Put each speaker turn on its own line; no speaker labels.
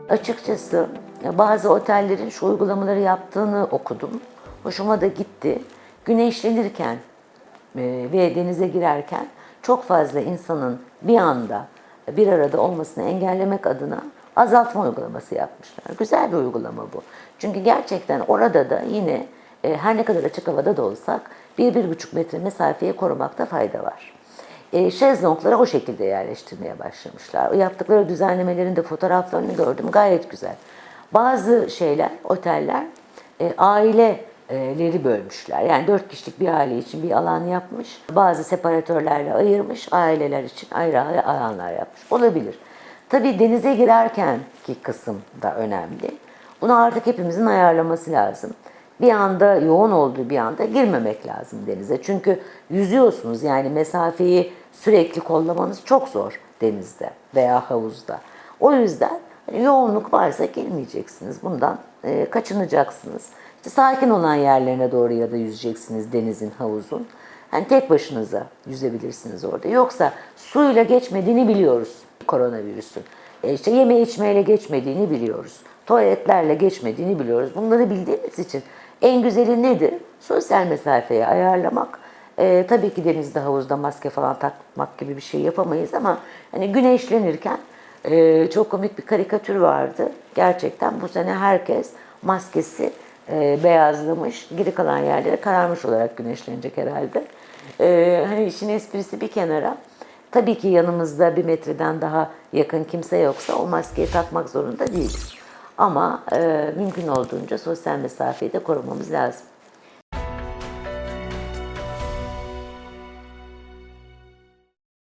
Açıkçası bazı otellerin şu uygulamaları yaptığını okudum. Hoşuma da gitti. Güneşlenirken ve denize girerken çok fazla insanın bir anda bir arada olmasını engellemek adına azaltma uygulaması yapmışlar. Güzel bir uygulama bu. Çünkü gerçekten orada da yine her ne kadar açık havada da olsak 1-1,5 metre mesafeyi korumakta fayda var. Şezlonglara o şekilde yerleştirmeye başlamışlar. O yaptıkları düzenlemelerin de fotoğraflarını gördüm. Gayet güzel. Bazı oteller aileleri bölmüşler. Yani 4 kişilik bir aile için bir alan yapmış. Bazı separatörlerle ayırmış. Aileler için ayrı ayrı alanlar yapmış. Olabilir. Tabii denize girerkenki kısım da önemli. Bunu artık hepimizin ayarlaması lazım. Bir anda yoğun olduğu bir anda girmemek lazım denize. Çünkü yüzüyorsunuz, yani mesafeyi sürekli kollamanız çok zor denizde veya havuzda. O yüzden yoğunluk varsa girmeyeceksiniz. Bundan kaçınacaksınız. İşte sakin olan yerlerine doğru ya da yüzeceksiniz denizin, havuzun. Yani tek başınıza yüzebilirsiniz orada. Yoksa suyla geçmediğini biliyoruz koronavirüsün. İşte yeme içmeyle geçmediğini biliyoruz. Tuvaletlerle geçmediğini biliyoruz. Bunları bildiğimiz için en güzeli nedir? Sosyal mesafeyi ayarlamak. Tabii ki denizde, havuzda maske falan takmak gibi bir şey yapamayız ama hani güneşlenirken çok komik bir karikatür vardı. Gerçekten bu sene herkes maskesi beyazlamış, geri kalan yerlere kararmış olarak güneşlenecek herhalde. Hani işin esprisi bir kenara. Tabii ki yanımızda 1 metreden daha yakın kimse yoksa o maskeyi takmak zorunda değiliz. Ama mümkün olduğunca sosyal mesafeyi de korumamız lazım.